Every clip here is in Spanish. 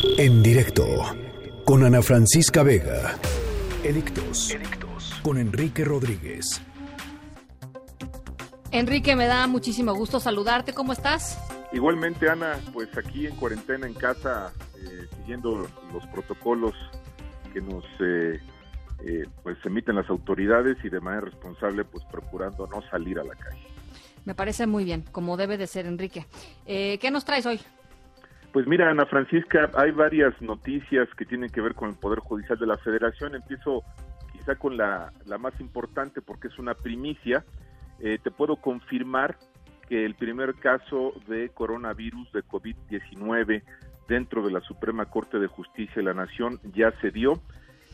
En directo con Ana Francisca Vega. Edictos con Enrique Rodríguez. Enrique, me da muchísimo gusto saludarte. ¿Cómo estás? Igualmente, Ana, pues aquí en cuarentena en casa, siguiendo los protocolos que nos pues emiten las autoridades y de manera responsable, pues procurando no salir a la calle. Me parece muy bien, como debe de ser, Enrique. ¿Qué nos traes hoy? Pues mira, Ana Francisca, hay varias noticias que tienen que ver con el Poder Judicial de la Federación. Empiezo quizá con la más importante porque es una primicia. Te puedo confirmar que el primer caso de coronavirus, de COVID-19, dentro de la Suprema Corte de Justicia de la Nación ya se dio.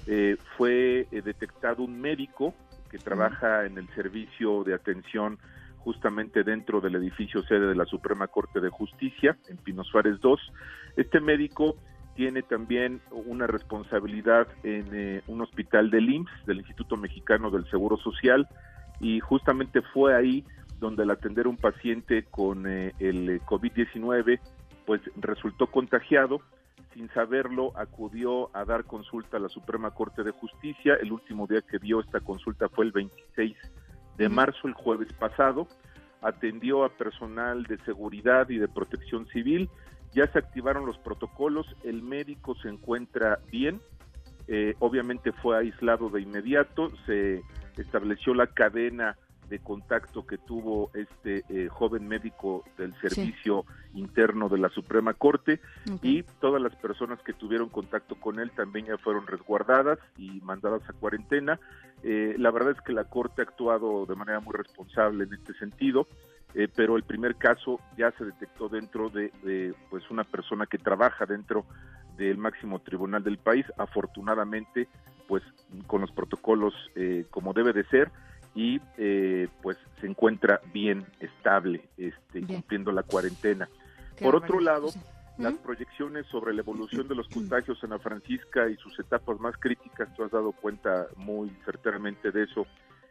Fue detectado un médico que trabaja en el servicio de atención justamente dentro del edificio sede de la Suprema Corte de Justicia, en Pino Suárez 2. Este médico tiene también una responsabilidad en un hospital del IMSS, del Instituto Mexicano del Seguro Social, y justamente fue ahí donde al atender un paciente con el COVID-19, pues resultó contagiado. Sin saberlo, acudió a dar consulta a la Suprema Corte de Justicia. El último día que dio esta consulta fue el 26 de marzo, el jueves pasado. Atendió a personal de seguridad y de protección civil. Ya se activaron los protocolos. El médico se encuentra bien. Obviamente fue aislado de inmediato. Se estableció la cadena de contacto que tuvo este joven médico del servicio interno de la Suprema Corte, y todas las personas que tuvieron contacto con él también ya fueron resguardadas y mandadas a cuarentena. La verdad es que la Corte ha actuado de manera muy responsable en este sentido, pero el primer caso ya se detectó dentro de pues una persona que trabaja dentro del máximo tribunal del país, afortunadamente pues con los protocolos como debe de ser, y pues se encuentra bien, estable, cumpliendo la cuarentena. Por otro lado, las proyecciones sobre la evolución de los contagios, Ana Francisca, y sus etapas más críticas, tú has dado cuenta muy certeramente de eso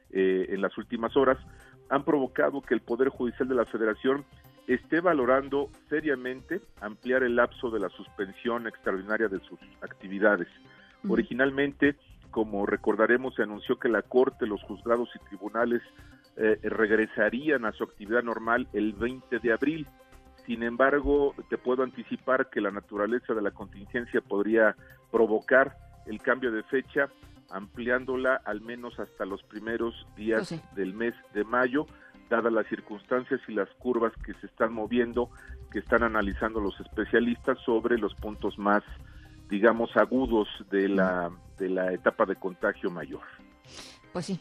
en las últimas horas, han provocado que el Poder Judicial de la Federación esté valorando seriamente ampliar el lapso de la suspensión extraordinaria de sus actividades. Originalmente, como recordaremos, se anunció que la Corte, los juzgados y tribunales regresarían a su actividad normal el 20 de abril. Sin embargo, te puedo anticipar que la naturaleza de la contingencia podría provocar el cambio de fecha, ampliándola al menos hasta los primeros días del mes de mayo, dadas las circunstancias y las curvas que se están moviendo, que están analizando los especialistas sobre los puntos más, digamos, agudos de la etapa de contagio mayor. Pues sí,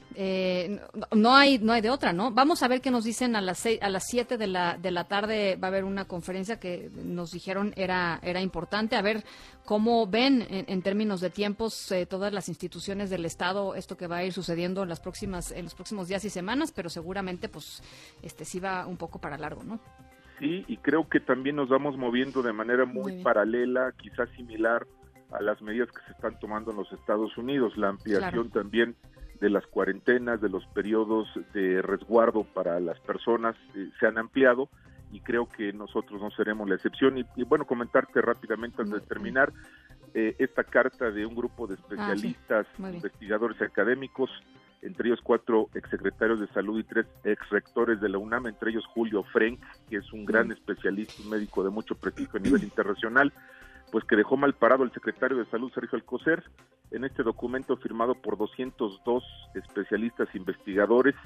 no hay de otra, ¿no? Vamos a ver qué nos dicen a las 7 de la tarde. Va a haber una conferencia que nos dijeron era importante, a ver cómo ven en términos de tiempos todas las instituciones del Estado esto que va a ir sucediendo en los próximos días y semanas, pero seguramente pues sí va un poco para largo, ¿no? Sí, y creo que también nos vamos moviendo de manera muy paralela, quizás similar a las medidas que se están tomando en los Estados Unidos, la ampliación también de las cuarentenas, de los periodos de resguardo para las personas se han ampliado, y creo que nosotros no seremos la excepción. Y bueno, comentarte rápidamente antes de terminar, esta carta de un grupo de especialistas, investigadores académicos, entre ellos 4 exsecretarios de salud y 3 exrectores de la UNAM, entre ellos Julio Frenk, que es un gran especialista, un médico de mucho prestigio a nivel internacional, pues que dejó mal parado el secretario de Salud, Sergio Alcocer. En este documento firmado por 202 especialistas investigadores,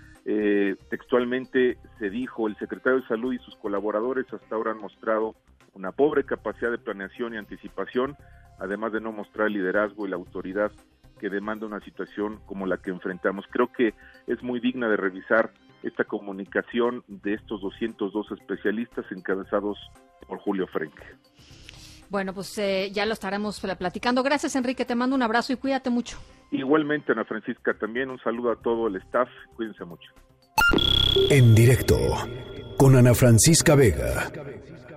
textualmente se dijo: el secretario de Salud y sus colaboradores hasta ahora han mostrado una pobre capacidad de planeación y anticipación, además de no mostrar el liderazgo y la autoridad que demanda una situación como la que enfrentamos. Creo que es muy digna de revisar esta comunicación de estos 202 especialistas encabezados por Julio Frenk. Bueno, pues ya lo estaremos platicando. Gracias, Enrique, te mando un abrazo y cuídate mucho. Igualmente, Ana Francisca, también un saludo a todo el staff, cuídense mucho. En directo, con Ana Francisca Vega.